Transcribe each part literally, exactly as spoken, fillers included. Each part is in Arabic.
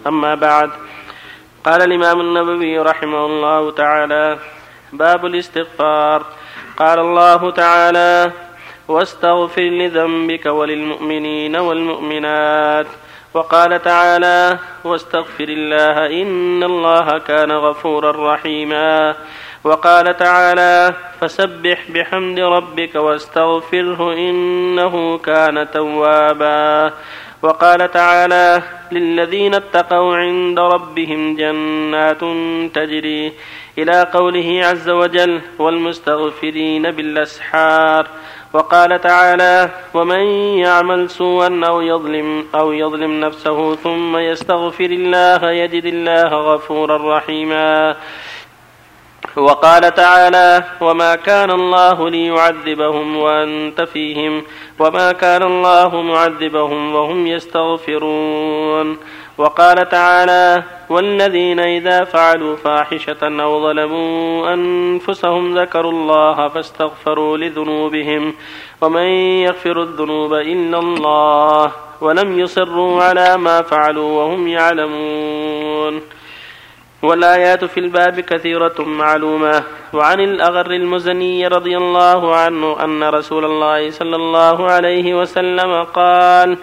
أما بعد. قال الإمام النووي رحمه الله تعالى: باب الاستغفار. قال الله تعالى: واستغفر لذنبك وللمؤمنين والمؤمنات. وقال تعالى: واستغفر الله إن الله كان غفورا رحيما. وقال تعالى: فسبح بحمد ربك واستغفره إنه كان توابا. وقال تعالى: للذين اتقوا عند ربهم جنات تجري، إلى قوله عز وجل: والمستغفرين بالأسحار. وقال تعالى: ومن يعمل سوءا أو يظلم, أو يظلم نفسه ثم يستغفر الله يجد الله غفورا رحيما. وقال تعالى: وما كان الله ليعذبهم وأنت فيهم وما كان الله معذبهم وهم يستغفرون. وقال تعالى: والذين إذا فعلوا فاحشة أو ظلموا أنفسهم ذكروا الله فاستغفروا لذنوبهم ومن يغفر الذنوب إلا الله ولم يصروا على ما فعلوا وهم يعلمون. والآيات في الباب كثيرة معلومة. وعن الأغر المزني رضي الله عنه أن رسول الله صلى الله عليه وسلم قال: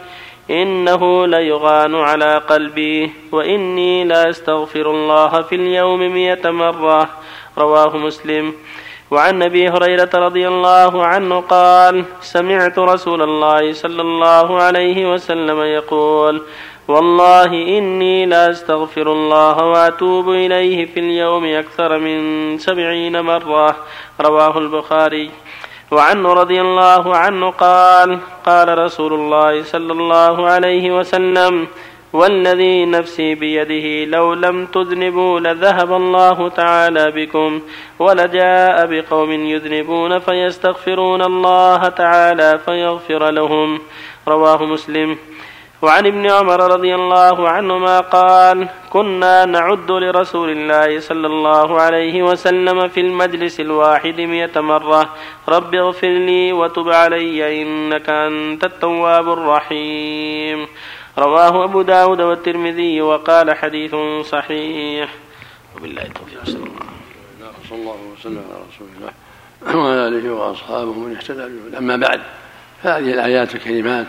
إنه ليغان على قلبي وإني لا أستغفر الله في اليوم مئة مرة. رواه مسلم. وعن أبي هريرة رضي الله عنه قال: سمعت رسول الله صلى الله عليه وسلم يقول: والله إني لا أستغفر الله وأتوب إليه في اليوم أكثر من سبعين مرة. رواه البخاري. وعنه رضي الله عنه قال: قال رسول الله صلى الله عليه وسلم: والذي نفسي بيده لو لم تذنبوا لذهب الله تعالى بكم ولجاء بقوم يذنبون فيستغفرون الله تعالى فيغفر لهم. رواه مسلم. وعن ابن عمر رضي الله عنهما قال: كنا نعد لرسول الله صلى الله عليه وسلم في المجلس الواحد مئة مرة: رب اغفر لي وتب علي إنك أنت التواب الرحيم. رواه أبو داود والترمذي وقال حديث صحيح. وبالله التوفيق. صلى الله وسلم على رسول الله وعلى آله وأصحابه من اهتدى به. أما بعد، فهذه الآيات الكريمات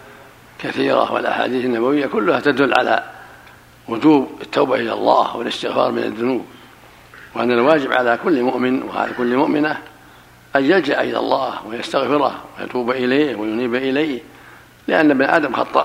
كثيرة، والأحاديث النبوية كلها تدل على وجوب التوبة إلى الله والاستغفار من الذنوب، وأن الواجب على كل مؤمن وعلى كل مؤمنة أن يلجأ إلى الله ويستغفره ويتوب إليه وينيب إليه، لأن ابن آدم خطأ،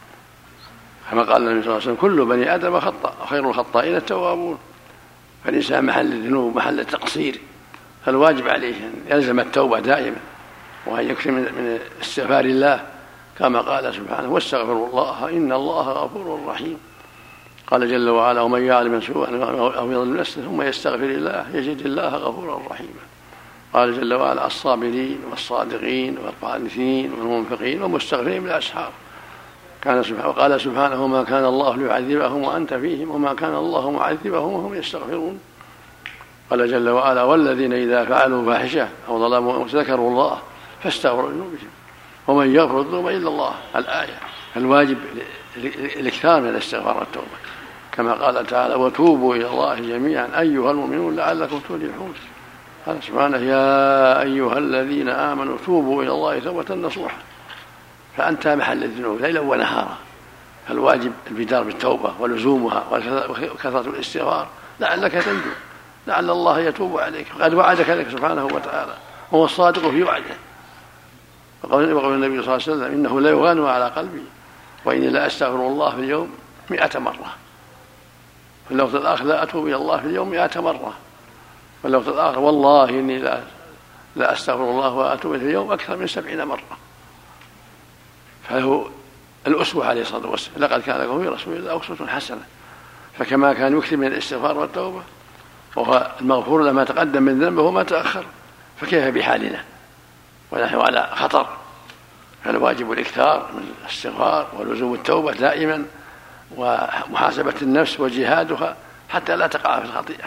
كما قال النبي صلى الله عليه وسلم: كل بني آدم خطأ وخير الخطائين التوابون. فالإنسان محل الذنوب محل التقصير، فالواجب عليه أن يلزم التوبة دائما وأن يكثر من استغفار الله، كما قال سبحانه: واستغفروا الله إن الله غفور رحيم. قال جل وعلا: ومن يعلم سوءا أو يظلم نفسه ثم يستغفر الله يجد الله غفورا رحيما. قال جل وعلا: الصابرين والصادقين والقانتين والمنفقين والمستغفرين بالأسحار. كان سبحانه وقال سبحانه: وما كان الله ليعذبهم وأنت فيهم وما كان الله معذبهم وهم يستغفرون. قال جل وعلا: والذين إذا فعلوا فاحشة أو ظلموا ذكروا الله فاستغفروا لذنوبهم ومن يغفر الذنوب إلا الله. الآية. الواجب الاكثار من الاستغفار والتوبة، كما قال تعالى: وتوبوا إلى الله جميعا أيها المؤمنون لعلكم تفلحون. قال سبحانه: يا أيها الذين آمنوا توبوا إلى الله توبة نصوحا. فأنت محل الذنوب ليلا ونهارا، فالواجب البدار بالتوبة ولزومها وكثرة الاستغفار لعلك تنجو، لعل الله يتوب عليك. قد وعدك لك سبحانه وتعالى، وهو الصادق في وعده. وقال النبي صلى الله عليه وسلم: إنه لا يغان على قلبي وإني لا أستغفر الله في اليوم مئة مرة. في اللفظ الآخر: لا أتوب إلى الله في اليوم مئة مرة. في اللفظ الآخر: والله إني لا, لا أستغفر الله وأتوب في اليوم أكثر من سبعين مرة. فله الأسوة عليه الصلاة والسلام: لقد كان لكم في رسول الله أسوة حسنة. فكما كان يكثر من الاستغفار والتوبة وهو المغفور لما تقدم من ذنبه وما تأخر، فكيف بحالنا ونحن على خطر؟ فالواجب الاكثار من الاستغفار ولزوم التوبة دائما ومحاسبة النفس وجهادها حتى لا تقع في الخطيئة.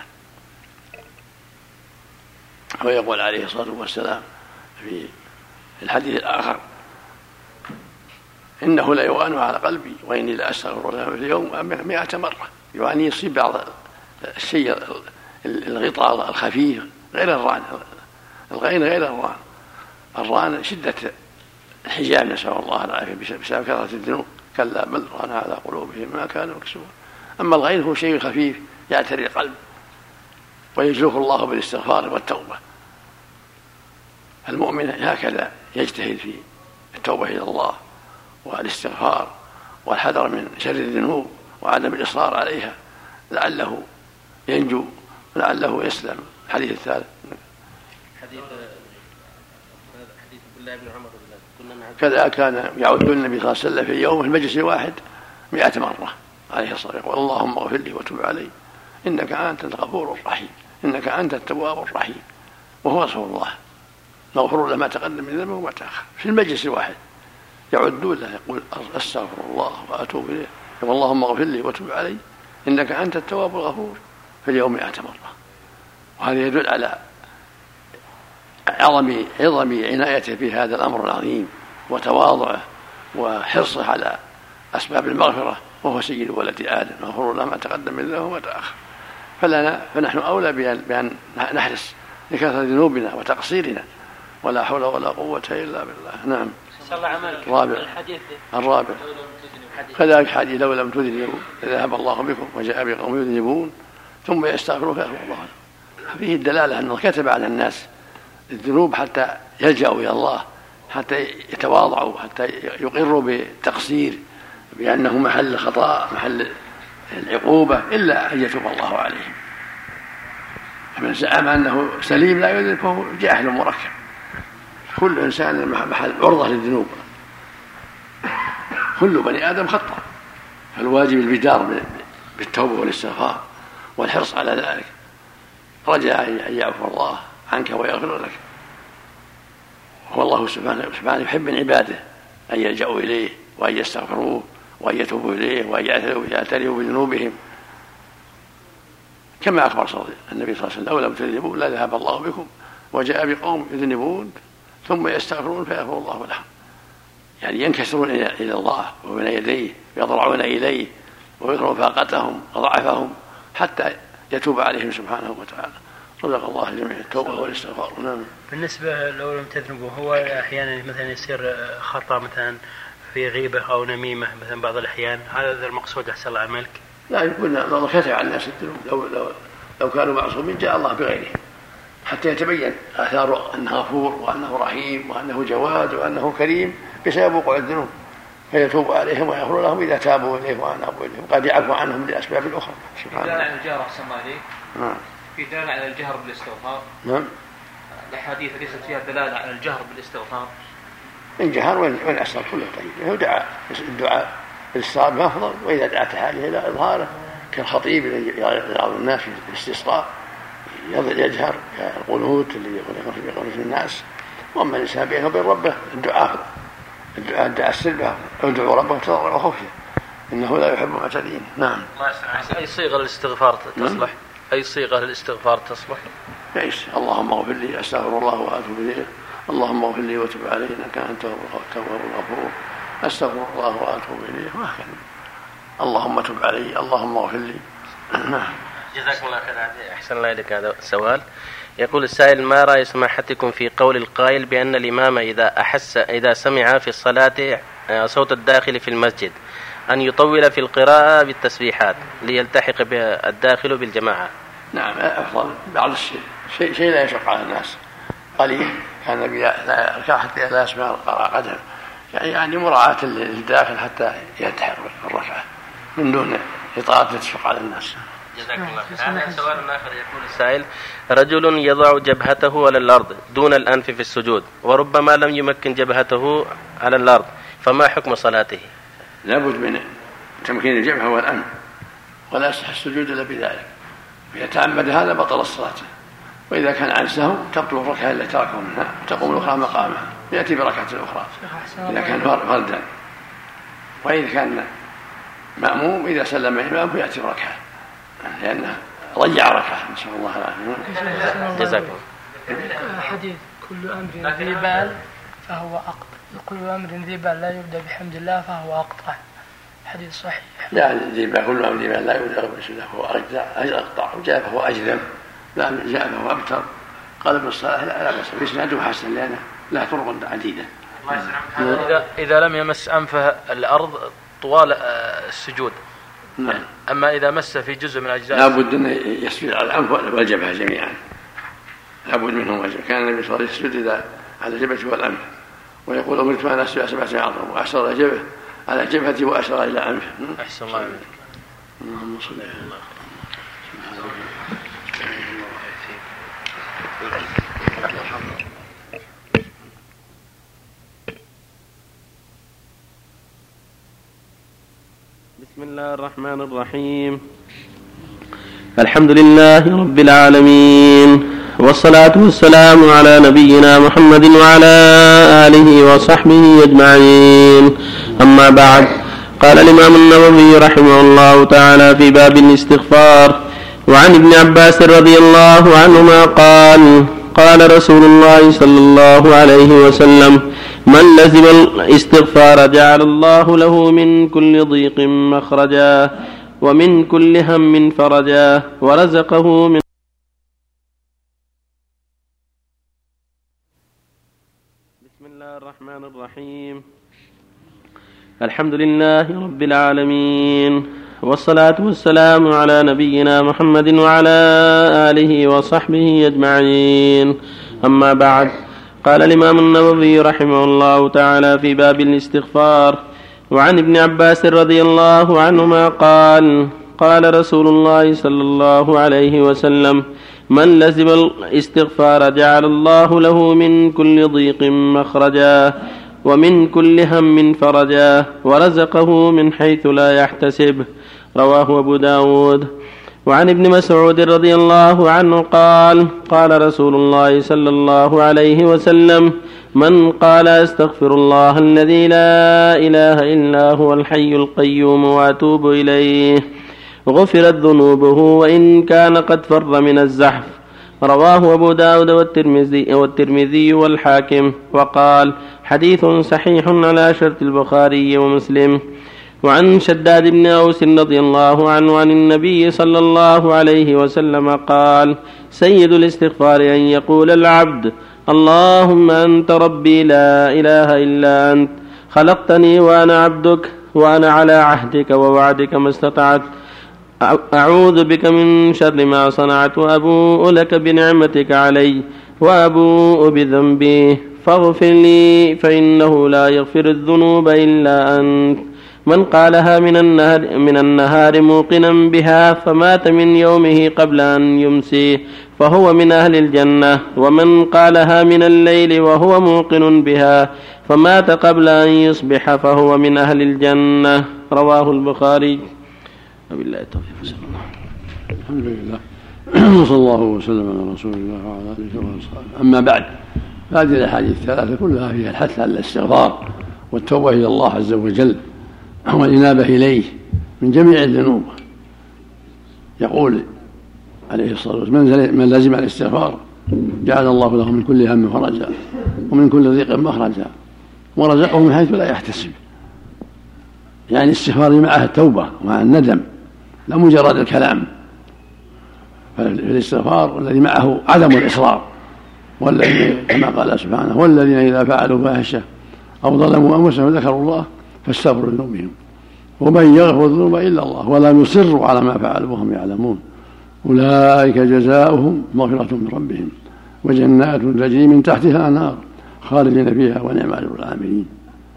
ويقول عليه الصلاة والسلام في الحديث الآخر: إنه لا يوان على قلبي وإني لأستغفر الله في اليوم مئة مرة. يعني يصيب بعض الشيء الغطاء الخفيف غير الران، الغين غير الران. الران شدة الحجاب نسأل الله العافية بسبب كثرة الذنوب، كلا بل ران على قلوبهم ما كانوا يكسبون. أما الغين هو شيء خفيف يعتري القلب ويجلوه الله بالاستغفار والتوبة. المؤمن هكذا يجتهد في التوبة إلى الله والاستغفار والحذر من شر الذنوب وعدم الإصرار عليها لعله ينجو لعله يسلم. الحديث الثالث حديث حديث الله بن عمر كذا كان يعود النبي صلى الله عليه وسلم في اليوم في المجلس الواحد مئة مرة عليه الصلاة والسلام، يقول اللهم اغفر لي وتب علي إنك أنت الغفور الرحيم إنك أنت التواب الرحيم. وهو رسول الله مغفور له ما تقدم من ذنبه وما تأخر. في المجلس الواحد يعدون له يقول أستغفر الله وأتوب إليه، يقول اللهم اغفر لي وتب علي إنك أنت التواب الغفور في اليوم مئة مرة. وهذا يدل على عظم عظم عنايته في هذا الأمر العظيم وتواضعه وحرصه على أسباب المغفرة، وهو سيد ولد آدم مغفور له ما تقدم من ذنبه وما تأخر. فلنا فنحن أولى بأن نحرص لكثرة ذنوبنا وتقصيرنا، ولا حول ولا قوة إلا بالله. نعم. الرابع الرابع كذلك حديث لو لم تذنبوا لذهب الله بكم وجاء بقوم يذنبون ثم يستغفرون فيغفر الله لهم. فيه الدلالة أنه كتب على الناس الذنوب حتى يلجأوا إلى الله، حتى يتواضعوا، حتى يقروا بالتقصير بأنه محل الخطأ محل العقوبة إلا أن يتوب الله عليهم. فمن زعم أنه سليم لا يذنب فهو جاهل مركب. كل إنسان محل عرضة للذنوب، كل بني آدم خطأ، فالواجب البدار بالتوبة والاستغفار والحرص على ذلك، رجاء أن يعفو الله عنك ويغفر لك. والله سبحانه سبحانه يحب من عباده أن يلجأوا إليه وأن يستغفروه وأن يتوبوا إليه وأن يعترفوا بذنوبهم، كما أخبر صلى النبي صلى الله عليه وسلم لو لم تذنبوا لا ذهب الله بكم وجاء بقوم يذنبون ثم يستغفرون فيغفر الله لهم. يعني ينكسرون إلى الله وبين يديه ويضرعون إليه ويظهرون فاقتهم وضعفهم حتى يتوب عليهم سبحانه وتعالى. رزق الله جميع التوبة والاستغفار. نعم. بالنسبة لو لم تذنبوا، هو أحيانا مثلا يصير خطأ مثلا في غيبة أو نميمة مثلا بعض الأحيان، هذا المقصود أحسن الله عملك؟ لا، يقول الله كتب على الناس الذنوب، لو, لو, لو كانوا معصومين جاء الله بغيرهم حتى يتبين آثار أنه غفور وأنه رحيم وأنه جواد وأنه كريم بسبب وقوع الذنوب، فيتوب عليهم ويغفر لهم إذا تابوا إليه وأنابوا إليه، وقد يعفو عنهم لأسباب أخرى. سبحان الله. على الجهر أحسن الله عليك. نعم. في دلالة على الجهر بالاستغفار. نعم. الأحاديث ليست فيها دلالة على الجهر بالاستغفار. إن جهر وإن أسر كله طيب. هو دعاء الدعاء بالاستغفار أفضل، وإذا دعت حاجة إلى إظهاره كالخطيب الذي يعظ الناس في الاستسقاء يجهر كالقنوت اللي يقول في الناس. وأما الإنسان بينه وبين ربه الدعاء الدعاء الدعاء السلبة ادعوا ربه تضرعا وخفيا إنه لا يحب المعتدين. نعم. أي صيغة للاستغفار تصلح؟ أي صيغة للاستغفار تصلح؟ ليس اللهم اغفر لي أستغفر الله وأتوب إليه، اللهم اغفر لي وتب علي إنك أنت التواب الغفور، أستغفر الله وأتوب إليه، وهكذا. اللهم تب علي، اللهم اغفر لي. جزاكم الله خير. أحسن الله إليك. هذا سؤال يقول السائل: ما رأي سماحتكم في قول القائل بأن الإمام إذا أحس إذا سمع في الصلاة صوت الداخل في المسجد أن يطول في القراءة بالتسبيحات ليلتحق بالداخل بالجماعة؟ نعم، أفضل بعض الشيء شيء, شيء لا يشق على الناس، قليل كان النبي لا يركع حتى لا يسمع قراءة، يعني يعني مراعاة للداخل حتى يلتحق بالركعة من دون إطالة تشق على الناس. جزاك الله خير. هذا سؤال آخر يقول السائل: رجل يضع جبهته على الأرض دون الأنف في السجود وربما لم يمكن جبهته على الأرض، فما حكم صلاته؟ لابد من تمكين الجبهة والأنف، ولا يصح السجود إلا بذلك. إذا تعمد هذا بطل الصلاة، وإذا كان عن سهو تبطل الركعة التي تركه منها وتقوم الأخرى مقامها، يأتي بركعة الأخرى إذا كان فردا. وإذا كان مأموم إذا سلم الإمام يأتي بركعة لأنه ضيع ركعة، نسأل الله العافية. جزاكم. حديث كل أمر ذي بال فهو عقد. كل أمر ذي بال لا يبدأ بحمد الله فهو أقطع، حديث صحيح. يعني ذي بال كل أمر ذي بال لا يبدأ بسم الله فهو أقطع، وجاء فهو أجذب، لا جاء فهو أبتر. قال ابن الصلاح لا بأس به، إسناده حسن لأنه له طرق عديدة. إذا إذا لم يمس أنفه الأرض طوال السجود، نعم. أما إذا مس في جزء من أجزاء لا بد أن يسجد على الأنف والجبهة جميعا، لا بد منهم وجه. كان النبي صلى الله عليه وسلم يسجد إذا على الجبهة والأنف، ويقول أمرت أن أسجد سبعة أعظم، وأشار جبهه على جبهتي وأشار إلى أنفه. أحسن الله عليك. اللهم صل على الله. بسم الله الرحمن الرحيم. الحمد لله رب العالمين، والصلاة والسلام على نبينا محمد وعلى آله وصحبه أجمعين. أما بعد، قال الإمام النووي رحمه الله تعالى في باب الاستغفار: وعن ابن عباس رضي الله عنهما قال: قال رسول الله صلى الله عليه وسلم: من لزم الاستغفار جعل الله له من كل ضيق مخرجا ومن كل هم فرجا ورزقه من. بسم الله الرحمن الرحيم. الحمد لله رب العالمين، والصلاة والسلام على نبينا محمد وعلى آله وصحبه أجمعين. أما بعد، قال الإمام النووي رحمه الله تعالى في باب الاستغفار: وعن ابن عباس رضي الله عنهما قال: قال رسول الله صلى الله عليه وسلم: من لزم الاستغفار جعل الله له من كل ضيق مخرجا ومن كل هم فرجا ورزقه من حيث لا يحتسب. رواه أبو داود. وعن ابن مسعود رضي الله عنه قال: قال رسول الله صلى الله عليه وسلم: من قال استغفر الله الذي لا إله إلا هو الحي القيوم وأتوب إليه غفرت ذنوبه وإن كان قد فر من الزحف. رواه أبو داود والترمذي, والترمذي والحاكم، وقال: حديث صحيح على شرط البخاري ومسلم. وعن شداد بن أوس رضي الله عنه عن النبي صلى الله عليه وسلم قال: سيد الاستغفار أن يقول العبد: اللهم أنت ربي لا إله إلا أنت، خلقتني وأنا عبدك، وأنا على عهدك ووعدك ما استطعت، أعوذ بك من شر ما صنعت، وأبوء لك بنعمتك علي وأبوء بذنبي فاغفر لي فإنه لا يغفر الذنوب إلا أنت. من قالها من النهار, من النهار موقنا بها فمات من يومه قبل أن يمسي فهو من أهل الجنة، ومن قالها من الليل وهو موقن بها فمات قبل أن يصبح فهو من أهل الجنة. رواه البخاري. وبالله التوفيق. صلى الله الحمد لله وصلى الله وسلم على رسول الله وعلى آله وصحبه. أما بعد، هذه الأحاديث الثلاثة كلها فيها الحث على الاستغفار والتوبة إلى الله عز وجل والإنابة إليه من جميع الذنوب. يقول عليه الصلاة والسلام: من لزم الاستغفار جعل الله له من كل هم فرجا ومن كل ضيق مخرجا ورزقه من حيث لا يحتسب. يعني الاستغفار معها التوبة ومع الندم، لا مجرد الكلام. فالاستغفار الذي معه عدم الإصرار، والذي كما قال سبحانه: والذين إذا فعلوا فاحشة أو ظلموا أنفسهم ذكروا الله فاستغفروا لذنوبهم ومن يغفر الذنوب إلا الله ولم يصروا على ما فعلوا وهم يعلمون أولئك جزاؤهم مغفرة من ربهم وجنات تجري من تحتها أنهار خالدين فيها ونعم أجر العاملين.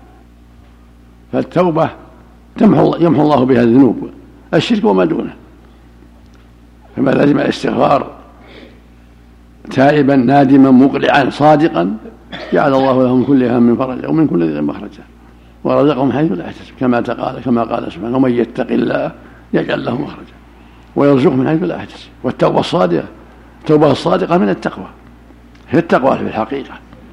فالتوبة يمحو الله بها الذنوب، الشرك وما دونه. فما لازم الاستغفار تائبا نادما مقلعا صادقا جعل الله له من كل هم فرجا ومن كل ضيق مخرجا ورزقهم حيث لا يحتسب، كما قال كما قال سبحانه: ومن يتق الله يجعل له مخرجا ويرزقه من حيث لا يحتسب. والتوبة الصادقة، التوبة الصادقة من التقوى، هي التقوى في الحقيقة.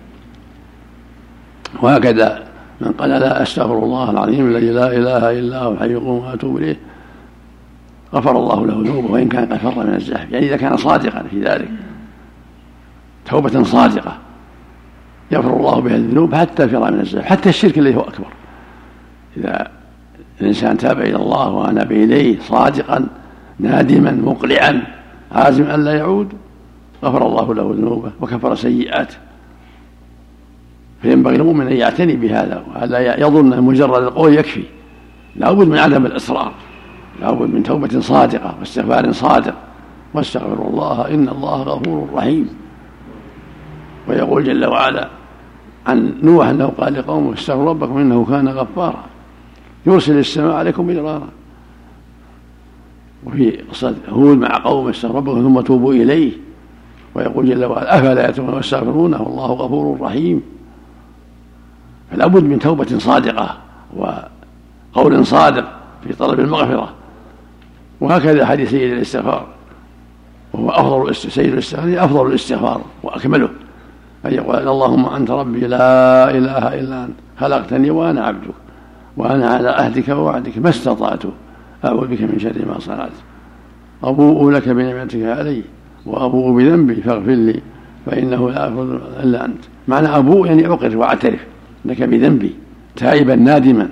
وهكذا من قال: لا أستغفر الله العظيم الذي لا إله إلا هو الحي القيوم وأتوب إليه غفر الله له ذنوبه وإن كان قد فر من الزحف. يعني إذا كان صادقا في ذلك، توبة صادقة يغفر الله بها الذنوب حتى الفرار من الزلف، حتى الشرك الذي هو أكبر. إذا الإنسان تاب إلى الله وأناب إليه صادقا نادما مقلعا عازما أن لا يعود، غفر الله له ذنوبه وكفر سيئاته. فينبغي المؤمن أن يعتني بهذا، وهذا يظن مجرد القول يكفي، لا بد من عدم الإصرار، لا بد من توبة صادقة واستغفار صادق، واستغفر الله إن الله غفور رحيم. ويقول جل وعلا عن نوح أنه قال لقومه استغفروا ربكم إنه كان غفارا يرسل السماء عليكم مدرارا. وفي قصة هود مع قومه استغفروا ربكم ثم توبوا إليه. ويقول جل وعلا أفلا يتوبون ويستغفرونه والله غفور رحيم. فلا بد من توبة صادقة وقول صادق في طلب المغفرة. وهكذا حديث سيد الاستغفار، وهو أفضل سيد الاستغفار أفضل الاستغفار وأكمله، أن يقول اللهم أنت ربي لا إله إلا أنت خلقتني وأنا عبدك وأنا على عهدك ووعدك ما استطعت أعوذ بك من شر ما صنعت أبوء لك بنعمتك علي وأبوء بذنبي فاغفر لي فإنه لا يغفر إلا أنت. معنى أبوء يعني أقر وأعترف لك بذنبي تائبا نادما.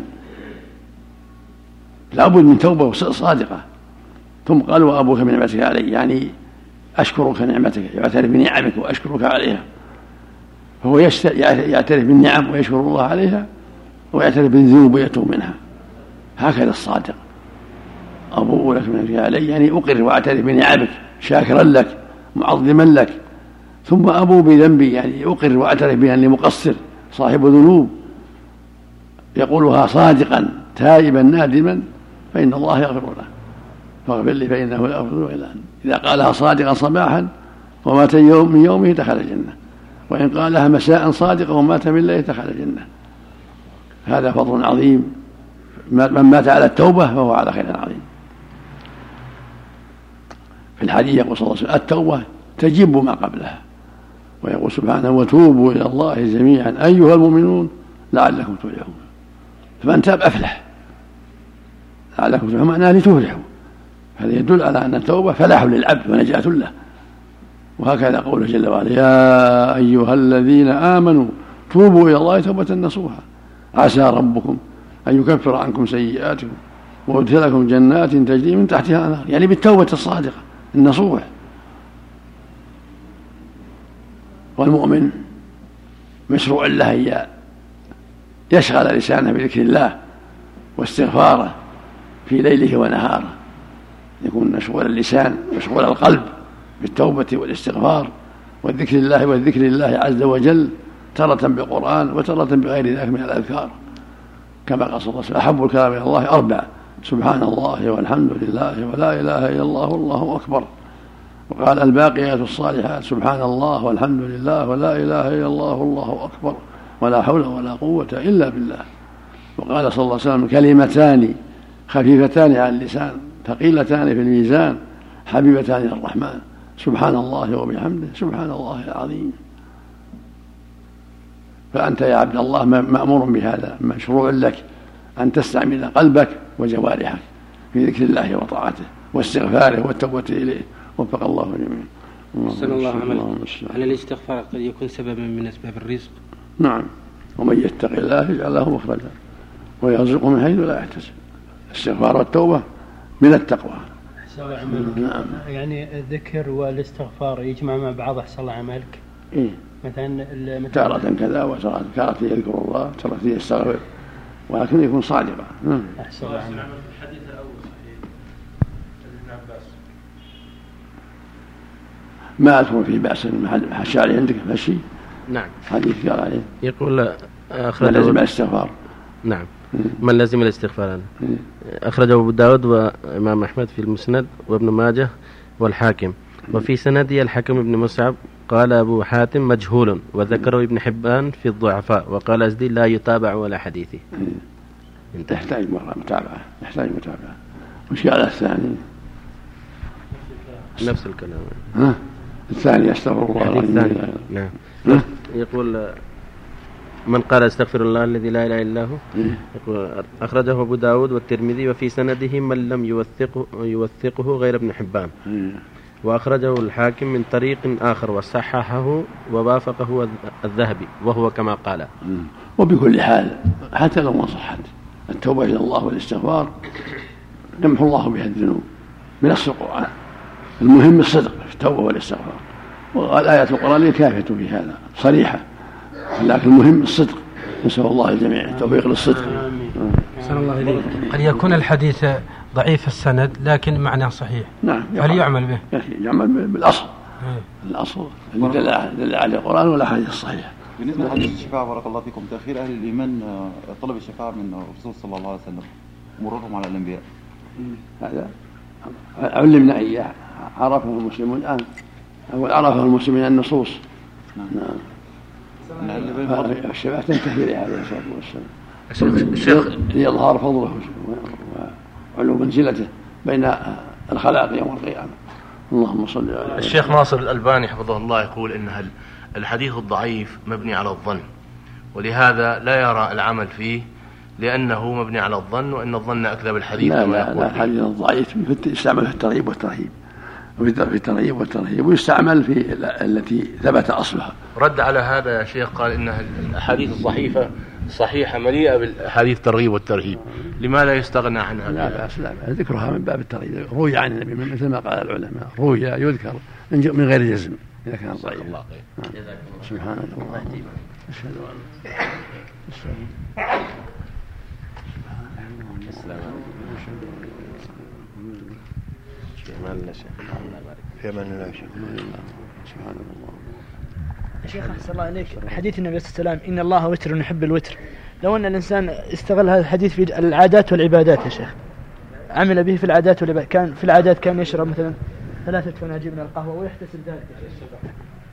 لا بد من توبة صادقة. ثم قال وأبوك بنعمتك علي، يعني أشكرك نعمتك، يعترف بنعمك وأشكرك عليها. فهو يعترف بالنعم ويشكر الله عليها، ويعترف بالذنوب ويتوب منها. هكذا الصادق. أبوء لك بنعمتك علي يعني أقر وأعترف بنعمك شاكرا لك معظما لك. ثم أبوء بذنبي يعني أقر وأعترف بأني مقصر صاحب ذنوب، يقولها صادقا تائبا نادما فإن الله يغفر له فاغفر لي فإنه لا يغفر إلا أنت. إذا قالها صادقا صباحا ومات يوم من يومه دخل الجنة، وإن قالها مساء صادقا ومات من ليله دخل الجنة. هذا فضل عظيم. من مات على التوبة فهو على خير عظيم. في الحديث يقول صلى الله عليه وسلم التوبة تجب ما قبلها، ويقول سبحانه وتوبوا إلى الله جميعا أيها المؤمنون لعلكم تفلحون. فمن تاب أفلح، لعلكم تفلحون معناه لتفلحوا. هذا يدل على أن التوبة فلاح للعبد ونجاة له. وهكذا قوله جل وعلا يا أيها الذين آمنوا توبوا إلى الله توبة نصوحا عسى ربكم أن يكفر عنكم سيئاتكم ويدخلكم جنات تجري من تحتها الأنهار، يعني بالتوبة الصادقة النصوح. والمؤمن مشروع له يشغل لسانه بذكر الله واستغفاره في ليله ونهاره، يكون مشغول اللسان مشغول القلب بالتوبة والاستغفار والذكر الله والذكر لله عز وجل، تارة بالقرآن وتارة بغير ذلك من الأذكار. كما قال صلى الله عليه وسلم أحب الكلام إلى الله أربع سبحان الله والحمد لله ولا إله إلا الله والله أكبر. وقال الباقيات الصالحات سبحان الله والحمد لله ولا إله إلا الله والله أكبر ولا حول ولا قوة إلا بالله. وقال صلى الله عليه وسلم كلمتان خفيفتان على اللسان ثقيلتان في الميزان حبيبتان إلى الرحمن سبحان الله وبحمده سبحان الله العظيم. فأنت يا عبد الله مأمور بهذا، مشروع لك أن تستعمل قلبك وجوارحك في ذكر الله وطاعته واستغفاره والتوبة إليه. وفق الله جميعا. أحسن الله عملك. هل الاستغفار قد يكون سببا من أسباب الرزق؟ نعم، ومن يتق الله يجعل له مخرجا ويرزقه من حيث لا يحتسب. الاستغفار والتوبة من التقوى. نعم. يعني الذكر والاستغفار يجمع مع بعض. أحسن الله عملك. إيه؟ مثلا تارة كذا وتارة تارة يذكر الله تارة يستغفر، ولكن يكون صادقا. أحسن الله عملك. الحديث الأول صحيح ابن عباس ما أذكر في بأس الشعري عندك ماشي. نعم. حديث قال عليه يقول أخرج من لزم الاستغفار. نعم. من لزم الاستغفار أخرجه أبو داود وإمام أحمد في المسند وابن ماجه والحاكم. وفي سنده الحكم بن مصعب قال أبو حاتم مجهول، وذكره ابن حبان في الضعفاء، وقال أزدي لا يتابع ولا حديثه. يحتاج مرة متابعة، يحتاج متابعة. وش قال الثاني؟ نفس الكلام. ها؟ الثاني استغفر الله الثاني. نعم. يقول من قال استغفر الله الذي لا اله الا هو. يقول اخرجه ابو داود والترمذي وفي سنده من لم يوثقه يوثقه غير ابن حبان. وأخرجه الحاكم من طريق آخر وصححه ووافقه الذهبي وهو كما قال. وبكل حال حتى لو ما صحت التوبة إلى الله والاستغفار يمحو الله بها الذنوب بنص القرآن. المهم الصدق في التوبة والاستغفار، والآيات القرآنية كافية في هذا صريحة، لكن المهم الصدق. نسأل الله الجميع التوفيق للصدق. أحسن الله إليك. قد يكون الحديث ضعيف السند لكن معناه صحيح. نعم. هل يعمل به؟ يعمل بالأصل. الأصل الذي دل عليه القرآن والأحاديث الصحيحة. بالنسبة لحديث الشفاعة بارك الله فيكم، تأخير أهل الإيمان طلب الشفاعة من الرسول صلى الله عليه وسلم مرورهم على الأنبياء، هذا علمنا إياه، عرفه المسلمون الآن، أول عرفه المسلمين النصوص. نعم. نعم. الشفاعة تنتهي إليه عليه الصلاة والسلام الشيخ ليظهر فضله وعلو منزلته بين الخلائق يوم القيامة. اللهم صل على الشيخ ناصر الألباني حفظه الله يقول إن الحديث الضعيف مبني على الظن، ولهذا لا يرى العمل فيه لأنه مبني على الظن، وإن الظن أكذب الحديث. لا لا, لا الحديث الضعيف يستعمل في الترغيب والترهيب، وفي الترغيب والترهيب ويستعمل في التي ثبت أصلها. رد على هذا يا شيخ قال إن الأحاديث الصحيحة صحيحة مليئة بالحديث الترغيب والترهيب، لما لا يستغنى عنها؟ لا بأس لا بأس ذكرها من باب الترغيب، روي عن النبي مثل ما قال العلماء، روي يذكر من غير جزم إذا كان ضعيف. سبحانك اللهم أشهد أن في أمان الله. سبحان الله. شيخ أحسن الله عليك، حديث النبي صلى الله عليه وسلم إن الله وتر يحب الوتر، لو أن الإنسان استغل هذا الحديث في العادات والعبادات يا شيخ، عمل به في العادات والعبادات، كان في العادات كان يشرب مثلا ثلاثة فناجيل من القهوة ويحتسب ذلك يا شيخ.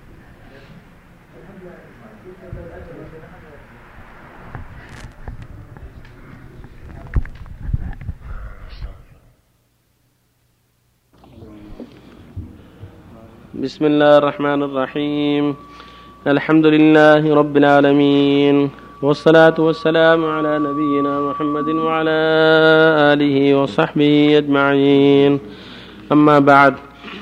بسم الله الرحمن الرحيم. الحمد لله رب العالمين، والصلاة والسلام على نبينا محمد وعلى آله وصحبه أجمعين. أما بعد،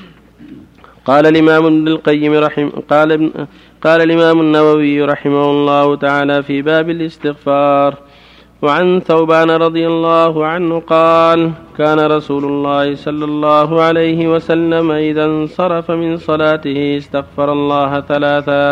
قال الإمام ابن القيم رحمه قال قال الإمام النووي رحمه الله تعالى في باب الاستغفار: وعن ثوبان رضي الله عنه قال: كان رسول الله صلى الله عليه وسلم إذا انصرف من صلاته استغفر الله ثلاثا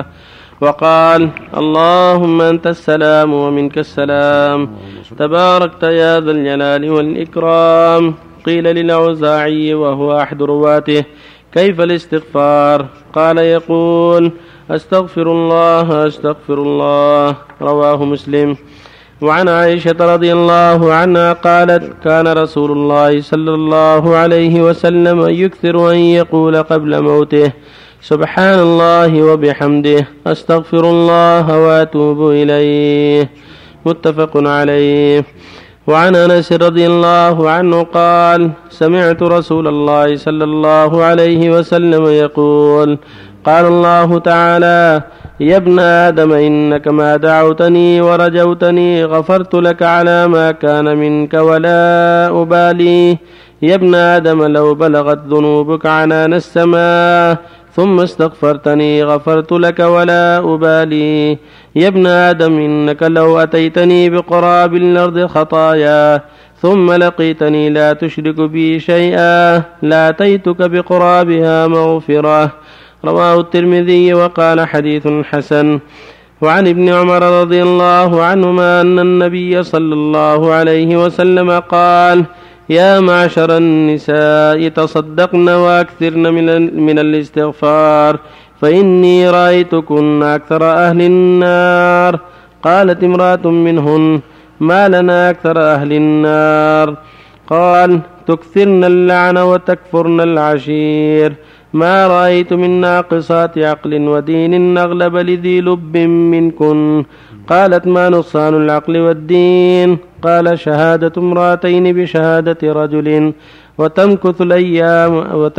وقال: اللهم أنت السلام ومنك السلام، تباركت يا ذا الجلال والإكرام. قيل للأوزاعي وهو أحد رواته: كيف الاستغفار؟ قال: يقول: أستغفر الله أستغفر الله. رواه مسلم. وعن عائشة رضي الله عنها قالت: كان رسول الله صلى الله عليه وسلم يكثر أن يقول قبل موته: سبحان الله وبحمده، أستغفر الله وأتوب إليه. متفق عليه. وعن أنس رضي الله عنه قال: سمعت رسول الله صلى الله عليه وسلم يقول: قال الله تعالى: يا ابن آدم إنك ما دعوتني ورجوتني غفرت لك على ما كان منك ولا أبالي. يا ابن آدم لو بلغت ذنوبك عنان السماء ثم استغفرتني غفرت لك ولا أبالي. يا ابن آدم إنك لو أتيتني بقراب الأرض خطايا ثم لقيتني لا تشرك بي شيئا لأتيتك بقرابها مغفرة. رواه الترمذي وقال حديث حسن. وعن ابن عمر رضي الله عنهما أن النبي صلى الله عليه وسلم قال: يا معشر النساء تصدقن وأكثرن من الاستغفار فإني رأيتكن أكثر أهل النار. قالت امرأة منهن: ما لنا أكثر أهل النار؟ قال: تكثرن اللعن وتكفرن العشير. ما رأيت من ناقصات عقل ودين أغلب لذي لب منكن. قالت: ما نقصان العقل والدين؟ قال: شهادة امرأتين بشهادة رجل وتمكث الأيام,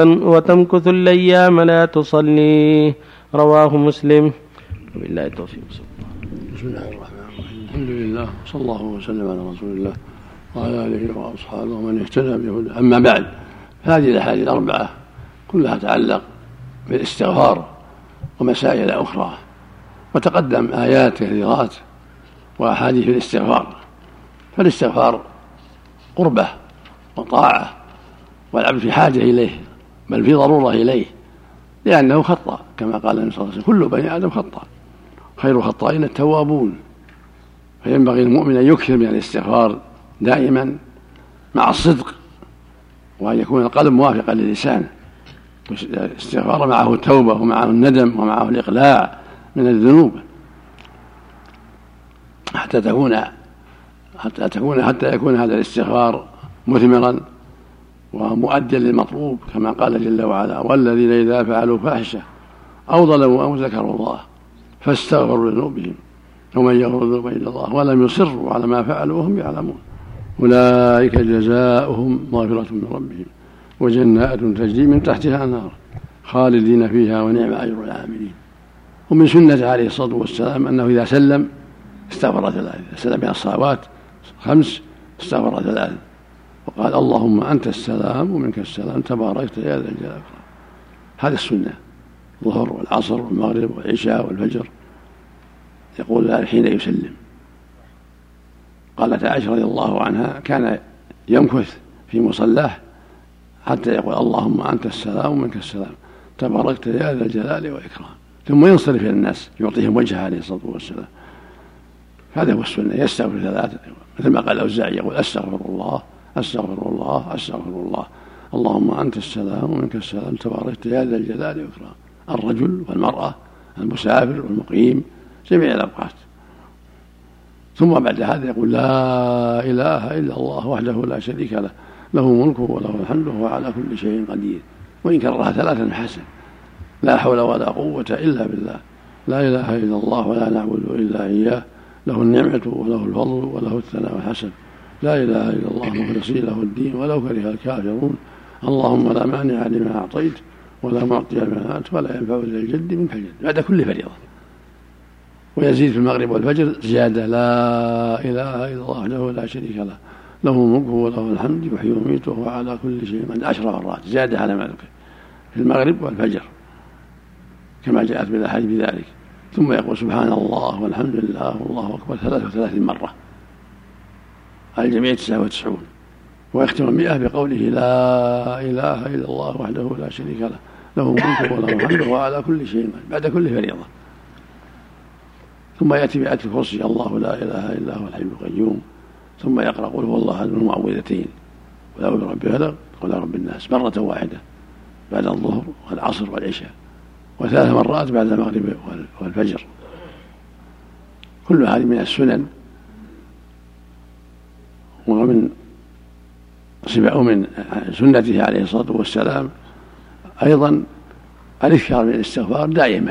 وتمكث الأيام لا تصلي. رواه مسلم. وبالله التوفيق. بسم الله الرحمن الرحيم. الحمد لله صلى الله وسلم على رسول الله وعلى آله وأصحابه ومن اهتدى بهداه. أما بعد، هذه الأحاديث الأربعة كلها تتعلق بالاستغفار ومسائل أخرى. وتقدم آيات كثيرات وأحاديث في الاستغفار، فالاستغفار قربة وطاعة، والعبد في حاجة إليه بل في ضرورة إليه، لأنه خطأ كما قال النبي صلى الله عليه وسلم: كل بني آدم خطأ، خير الخطائين التوابون. فينبغي المؤمن أن يكثر من الاستغفار دائما مع الصدق، وأن يكون القلب موافقا للسان. الاستغفار معه التوبة ومعه الندم ومعه الإقلاع من الذنوب، حتى تكون حتى تكون حتى يكون هذا الاستغفار مثمرا ومؤديا للمطلوب، كما قال جل وعلا: والذين إذا فعلوا فاحشة أو ظلموا أو ذكروا الله فاستغفروا لذنوبهم ومن يغفر الذنوب إلا الله ولم يصروا على ما فعلوا وهم يعلمون أولئك جزاؤهم مغفرة من ربهم وجنات تجري من تحتها النار خالدين فيها ونعم أجر العاملين. ومن سنة عليه الصلاة والسلام أنه إذا سلم استغفر ثلاثا، إذا سلم من الصلوات خمس استغفر ثلاثا، وقال: اللهم أنت السلام ومنك السلام تباركت يا ذا الجلال والإكرام. هذه السنة، الظهر والعصر والمغرب والعشاء والفجر يقول ذلك حين يسلم. قالت عائشة رضي الله عنها: كان يمكث في مصلاه حتى يقول: اللهم أنت السلام ومنك السلام تباركت يا ذا الجلال والإكرام، ثم ينصرف إلى الناس يعطيهم وجهه عليه الصلاة والسلام. هذا هو السنة، يستغفر ثلاثة مثل ما قال الأوزاعي، يقول: أستغفر الله أستغفر الله أستغفر الله اللهم أنت السلام ومنك السلام تباركت يا ذا الجلال والإكرام. الرجل والمرأة، المسافر والمقيم، جميع الأوقات. ثم بعد هذا يقول: لا إله إلا الله وحده لا شريك له له ملكه وله الحمد وهو على كل شيء قدير. وإن كررها ثلاثا حسن: لا حول ولا قوة إلا بالله، لا إله إلا الله ولا نعبد إلا إياه، له النعمة وله الفضل وله الثناء الحسن، لا إله إلا الله مخلصين له الدين ولو كره الكافرون، اللهم لا مانع لما أعطيت ولا معطي لما أنت ولا ينفع ذا الجد منك الجد، بعد كل فريضة. ويزيد في المغرب والفجر زيادة: لا إله إلا الله وحده لا شريك له له الملك وله الحمد يحيي ويميت وهو على كل شيء قدير، عشر مرات زيادة على ما ذكر في المغرب والفجر كما جاءت بالأحاديث بذلك. ثم يقول: سبحان الله والحمد لله والله أكبر ثلاث وثلاثين مرة، على الجميع تسعة وتسعون. ويختم المئة بقوله: لا إله إلا الله وحده لا شريك له له الملك وله الحمد وهو على كل شيء قدير، بعد كل فريضة. ثم يأتي بآية الكرسي: الله لا إله إلا هو الحي القيوم. ثم يقرأ: قل هو الله أحد المعوذتين، قل أعوذ برب الفلق قل أعوذ برب الناس، مرة واحدة بعد الظهر والعصر والعشاء، وثلاث مرات بعد المغرب والفجر. كل هذه من السنن. ومن ومن سنته عليه الصلاة والسلام أيضا الإكثار من الاستغفار دائما.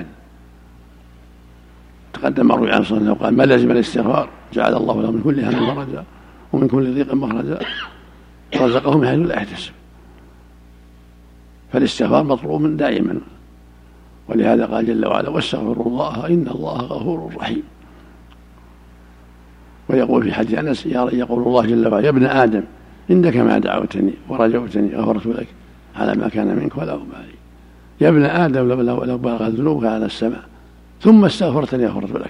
تقدم مروي عنه صلى الله عليه وسلم قال: ما لزم الاستغفار جعل الله له من كل هم فرجا ومن كل ضيق مخرجا رزقه من حيث لا يحتسب. فالاستغفار مطلوب دائما، ولهذا قال جل وعلا: واستغفروا الله إن الله غفور رحيم. ويقول في حديث أنس: يقول الله جل وعلا: يا ابن آدم إنك ما دعوتني ورجوتني غفرت لك على ما كان منك ولا أبالي. يا ابن آدم لو بلغت ذنوبك على السماء ثم استغفرتني غفرت لك.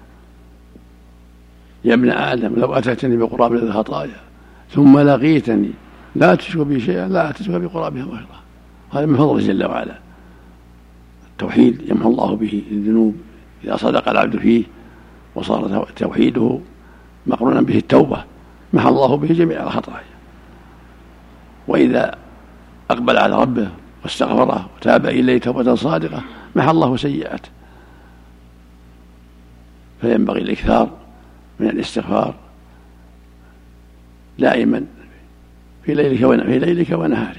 يا ابن آدم لو أتيتني بقراب الخطايا ثم لقيتني لا تشرك بي شيئا لا أتيتك بقرابها مغفرة. هذا من فضله جل وعلا. التوحيد يمحو الله به الذنوب إذا صدق العبد فيه وصار توحيده مقرونا به التوبة، محى الله به جميع الخطايا. وإذا أقبل على ربه واستغفره وتاب إليه توبة صادقة محى الله سيئاته. فينبغي الإكثار من الاستغفار دائما في ليلك في ليلك ونهارك.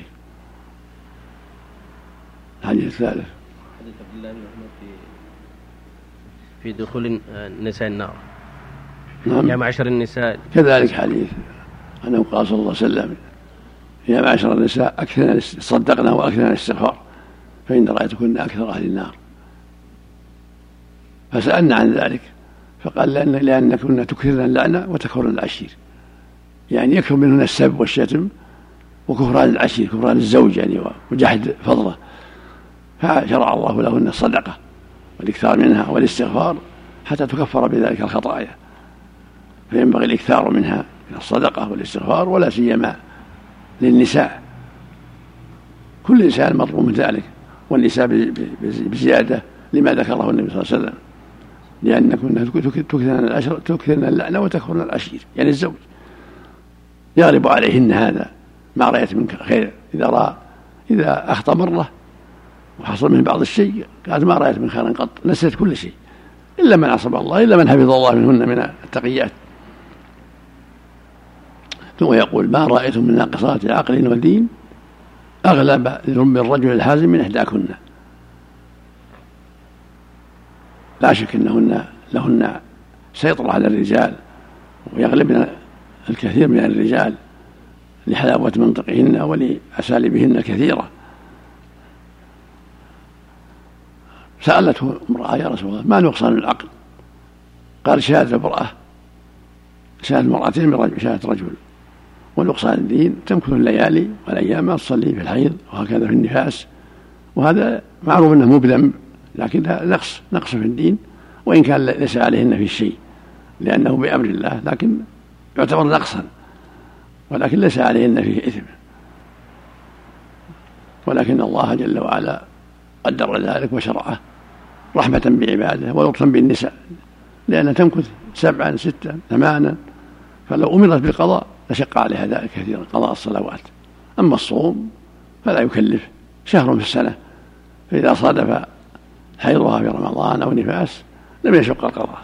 الحديث الثالث حديث عبد الله بن عمر في في دخول النساء النار. نعم. يا معشر النساء كذلك حديث أنه قال صلى الله عليه وسلم: يا معشر النساء أكثرنا صدقنا وأكثرنا الاستغفار فإن رأيتكن أكثر أهل النار. فسألنا عن ذلك فقال: لأن لأن كنا تكثرن اللعنة وتكفرن العشير، يعني يكثر منهن السب والشتم وكفران العشير، كفران الزوج يعني وجحد فضله. فشرع الله لهن الصدقة والإكثار منها والاستغفار حتى تكفر بذلك الخطايا، فينبغي الإكثار منها من الصدقة والاستغفار، ولا سيما للنساء. كل إنسان مطلوب من ذلك، والنساء بزيادة لما ذكره النبي صلى الله عليه وسلم، لأنكن تكثرن اللعنة وتكفرن العشير، يعني الزوج يغلب عليهن هذا ما رأيت من خير. إذا رأى إذا أخطأ مرة وحصل من بعض الشيء قالت ما رأيت من خير قط، نسيت كل شيء إلا من عصم الله، إلا من حفظ الله منهن من التقيات. ثم يقول ما رأيت من ناقصات عقل ودين أغلب من الرجل الحازم من إحداكن. لا شك أنهن لهن سيطرة على الرجال ويغلبن الكثير من الرجال لحلاوة منطقهن ولأساليبهن الكثيرة. سألته امرأة يا رسول الله ما نقصان العقل؟ قال شهادة امرأة شهادة مرأتين من شهادة رجل، ونقصان الدين تمكث الليالي والأيام ما تصلي في الحيض وهكذا في النفاس، وهذا معروف أنه مو بذنب، لكن نقص نقص في الدين، وإن كان ليس عليهن في شيء لأنه بأمر الله، لكن يعتبر نقصا، ولكن ليس عليهن فيه إثم. ولكن الله جل وعلا قدر ذلك وشرعه رحمة بعباده ولطفا بالنساء، لأنها تمكث سبعا ستا ثمانا، فلو أمرت بالقضاء لشق عليها ذلك كثيرا قضاء الصلوات. أما الصوم فلا يكلف، شهر في السنة، فإذا صادف حيضها في رمضان أو نفاس لم يشق القضاء.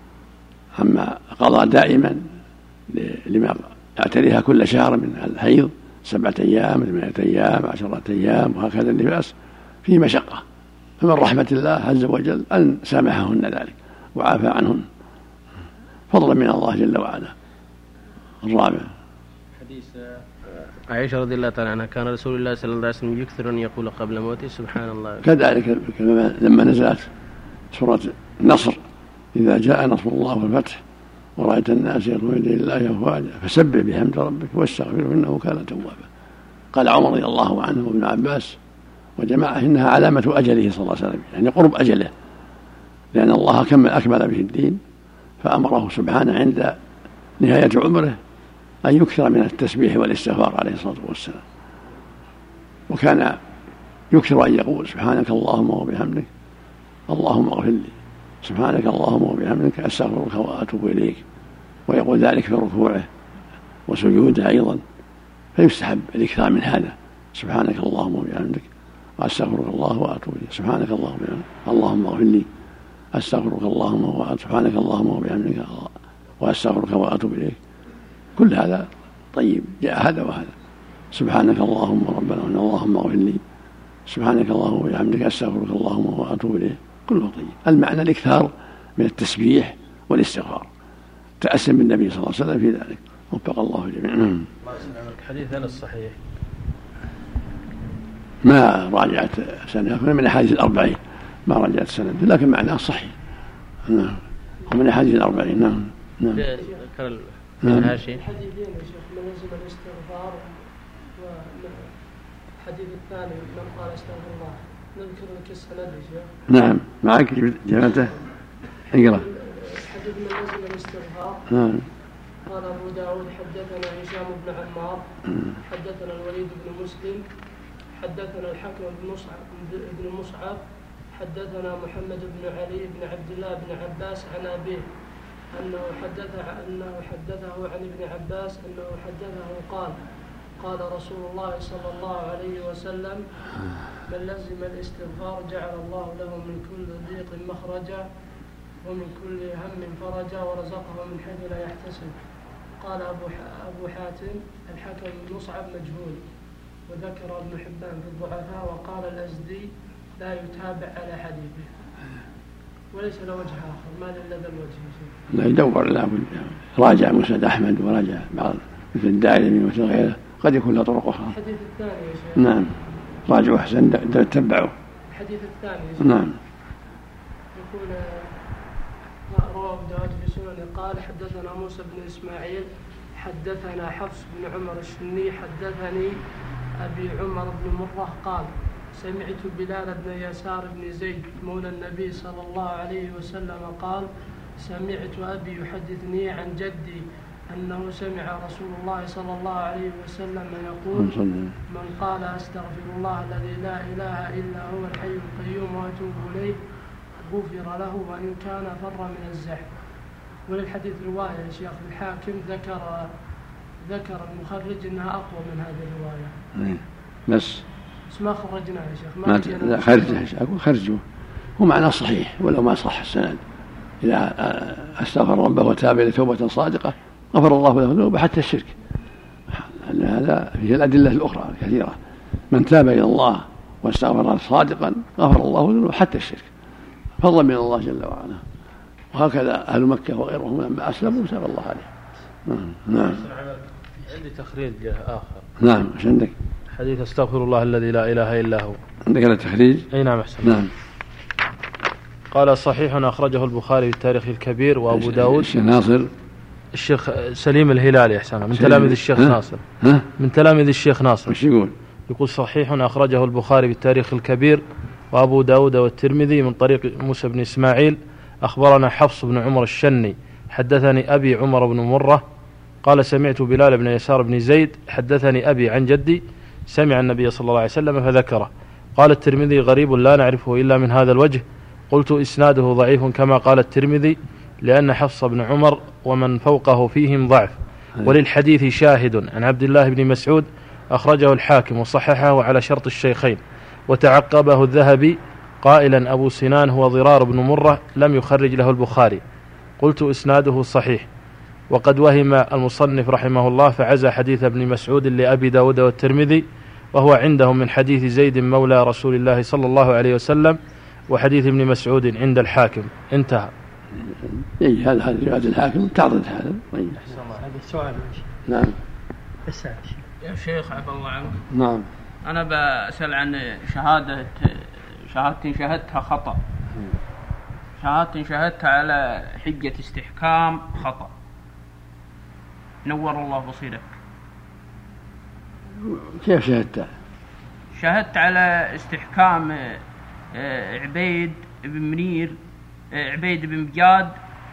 أما قضاء دائما لما يعتريها كل شهر من الحيض سبعة أيام ثمانية أيام عشرة أيام وهكذا النفاس فيه مشقة، فمن رحمة الله عز وجل أن سامحهن ذلك وعافى عنهن فضلا من الله جل وعلا. الرابع حديث عائشة رضي الله تعالى عنها كان رسول الله صلى الله عليه وسلم يكثر أن يقول قبل موته سبحان الله. كذلك لما نزلت سورة النصر إذا جاء نصر الله والفتح ورأيت الناس يدخلون إلى الله أفواجا فسبح بحمد ربك واستغفره إنه كان توابا. قال عمر رضي الله عنه وابن عباس وجماعة إنها علامة أجله صلى الله عليه وسلم، يعني قرب أجله، لأن الله كمل أكمل به الدين، فأمره سبحانه عند نهاية عمره أن يكثر من التسبيح والاستغفار عليه الصلاة والسلام. وكان يكثر أن يقول سبحانك اللهم وبحمدك اللهم اغفر لي، سبحانك اللهم وبحمدك أستغفرك وأتوب إليك، ويقول ذلك في ركوعه وسجوده أيضا، فيستحب الإكثار من هذا سبحانك اللهم وبحمدك أستغفرك الله وأتوب إليك، سبحانك اللهم وبحمدك اللهم اغفر لي أستغفرك اللهم وأتوب سبحانك اللهم وبحمدك وأستغفرك وأتوب إليك. كل هذا طيب، جاء هذا وهذا. سبحانك اللهم ربنا اللهم اغفر لي سبحانك اللهم وبحمدك أستغفرك اللهم وأتوب إليك، كله طيب. المعنى الإكثار من التسبيح والاستغفار، تأسم بالنبي صلى الله عليه وسلم في ذلك، وفق الله جميعا. حديث هذا الصحيح ما راجعت سنة من أحاديث الأربعين، ما راجعت سنة، لكن معناه صحيح. نعم، ومن أحاديث الأربعين. نعم نعم. نعم. حديثين يا شيخ، من لزم الاستغفار، والحديث الثاني من قال استغفر الله، نذكر لك السند يا شيخ. نعم معك جمعته، اقرأ. حديث من لزم الاستغفار. نعم. قال أبو داود حدثنا هشام بن عمار حدثنا الوليد بن مسلم حدثنا الحكم بن مصعب بن مصعب حدثنا محمد بن علي بن عبد الله بن عباس عن أبيه أنه حدث أنه حدثه عن ابن عباس أنه حدثه قال قال رسول الله صلى الله عليه وسلم من لزم الاستغفار جعل الله له من كل ضيق مخرجا ومن كل هم فرجا ورزقه من حيث لا يحتسب. قال أبو حاتم الحكم بن مصعب مجهول، وذكر ابن حبان في الضعفاء، وقال الأزدي لا يتابع على حديثه وليس له وجه آخر. ما لذا الوجه؟ لا يدور له، راجع مسند أحمد وراجع بعض مثل الدارمي ومثل غيره، قد يكون له طرق أخرى. الحديث الثاني يا شيخ. نعم راجعوا أحسن تتبعوا. الحديث الثاني يا شيخ. نعم. يقول رواه أبو داود في سننه قال حدثنا موسى بن إسماعيل حدثنا حفص بن عمر الشني حدثني أبي عمر بن مرة قال سمعت بلال بن يسار بن زيد مولى النبي صلى الله عليه وسلم قال سمعت أبي يحدثني عن جدي أنه سمع رسول الله صلى الله عليه وسلم يقول من قال أستغفر الله الذي لا إله إلا هو الحي القيوم وأتوب إليه غفر له وإن كان فر من الزحف. وللحديث رواية يا شيخ الحاكم ذكر ذكر المخرج أنها أقوى من هذه الرواية بس بس ما خرجناها يا شيخ ما لا خرجه أقول خرجه هو معنى صحيح ولو ما صح السند. إذا استغفر ربه وتاب إلى توبة صادقة غفر الله له ذنوبه حتى الشرك. هذا فيه الأدلة الأخرى الكثيرة. من تاب إلى الله واستغفر صادقا غفر الله ذنوبه حتى الشرك فضلا من الله جل وعلا. وهكذا أهل مكة وغيرهم لما أسلموا تاب الله عليهم. نعم. عندي تخريج آخر. نعم ايش عندك؟ حديث استغفر الله الذي لا إله إلا هو. عندك هذا التخريج؟ أي نعم أحسن. نعم. قال صحيح أخرجه البخاري في التاريخ الكبير وأبو داود. الشيخ ناصر الشيخ سليم الهلالي أحسن من تلاميذ الشيخ ها؟ ناصر ها؟ من تلاميذ الشيخ ناصر. وش يقول؟ يقول صحيح أخرجه البخاري في التاريخ الكبير وأبو داود والترمذي من طريق موسى بن إسماعيل أخبرنا حفص بن عمر الشني حدثني أبي عمر بن مرة قال سمعت بلال بن يسار بن زيد حدثني أبي عن جدي سمع النبي صلى الله عليه وسلم فذكره. قال الترمذي غريب لا نعرفه إلا من هذا الوجه. قلت إسناده ضعيف كما قال الترمذي لأن حفص بن عمر ومن فوقه فيهم ضعف. وللحديث شاهد عن عبد الله بن مسعود أخرجه الحاكم وصححه على شرط الشيخين وتعقبه الذهبي قائلا أبو سنان هو ضرار بن مرة لم يخرج له البخاري. قلت إسناده صحيح. وقد وهم المصنف رحمه الله فعزى حديث ابن مسعود لأبي داود والترمذي وهو عندهم من حديث زيد مولى رسول الله صلى الله عليه وسلم وحديث ابن مسعود عند الحاكم. انتهى. اي هذا هذا رواية الحاكم تعرض هذا. طيب. هذا السؤال. نعم. السؤال. يا شيخ عفى الله عنك. نعم. أنا بسأل عن شهادة شهادة شهدتها خطأ. شهادة شهدتها على حجة استحكام خطأ. نور الله بصيرك. كيف شهدتها؟ شهدت على استحكام عبيد بن منير عبيد بن بجاد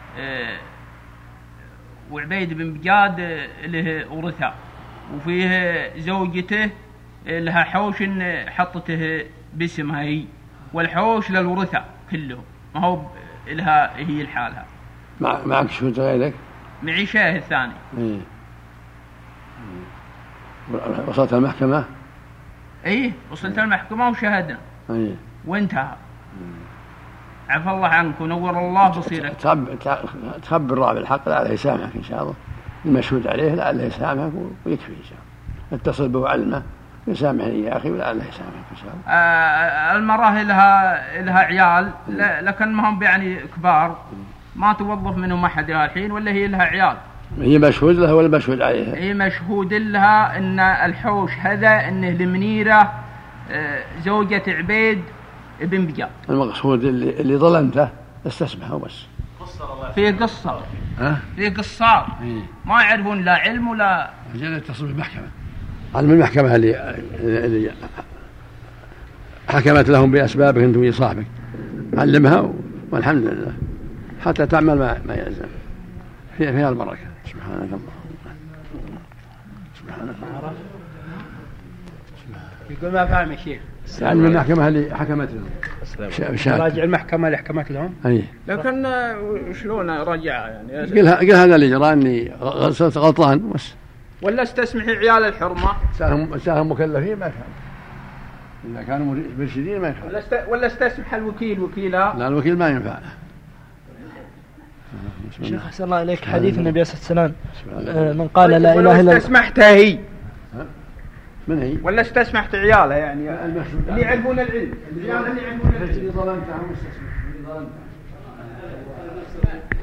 وعبيد بن بجاد له ورثة وفيه زوجته لها حوش حطته باسمها هي والحوش للورثة كله ما هو لها هي لحالها. معك شهود غيرك؟ معي شاهد ثاني. ايه. وصلت المحكمة؟ ايه وصلت المحكمة وشهدنا. ايه. وانتهى. عفى الله عنك ونور الله بصيرك. تخبر رابع الحق لعله يسامحك ان شاء الله. المشهود عليه لعله يسامحك ويكفي ان شاء الله. اتصل به وعلمه يسامحني يا اخي ولعله يسامحك ان شاء الله. آه المراه لها لها عيال لكن ما هم يعني كبار ما توظف منهم احد الحين ولا هي لها عيال. هي مشهود لها ولا مشهود عليها؟ هي مشهود لها ان الحوش هذا انه لمنيره زوجة عبيد ابن بجاد. المقصود اللي, اللي ظلمته استسمحه بس. في قصة. ها؟ في قصار. إيه؟ ما يعرفون لا علم ولا. جل يتصل بالمحكمة. علم المحكمة اللي, اللي حكمت لهم بأسبابك أنت ويا صاحبك. علمها والحمد لله حتى تعمل ما, ما يلزم. فيها فيها البركة. سبحانك اللهم. سبحانك اللهم. يقول ما فاهم يا شيخ. علم المحكمة اللي حكمت لهم. راجع المحكمة اللي حكمت لهم. أي. لكن شلون راجعها يعني؟ قل قل هذا اللي جرى إني صرت غلطان بس. ولا استسمحي عيال الحرمة. ساهم ساهم مكلفين ما كان. إذا كانوا مرشدين ما ينفع. ولا است ولا استسمح الوكيل وكيلها. لا الوكيل ما ينفع. شيخ أحسن الله إليك حديث النبي صلى الله عليه وسلم من قال لا إله إلا الله. استسمحتها هي. من هي؟ ولا استسمحت عيالها يعني اللي يعرفون العلم. العيال اللي يعرفون العلم. اللي ظلمتهم استسمح. اللي ظلمتهم.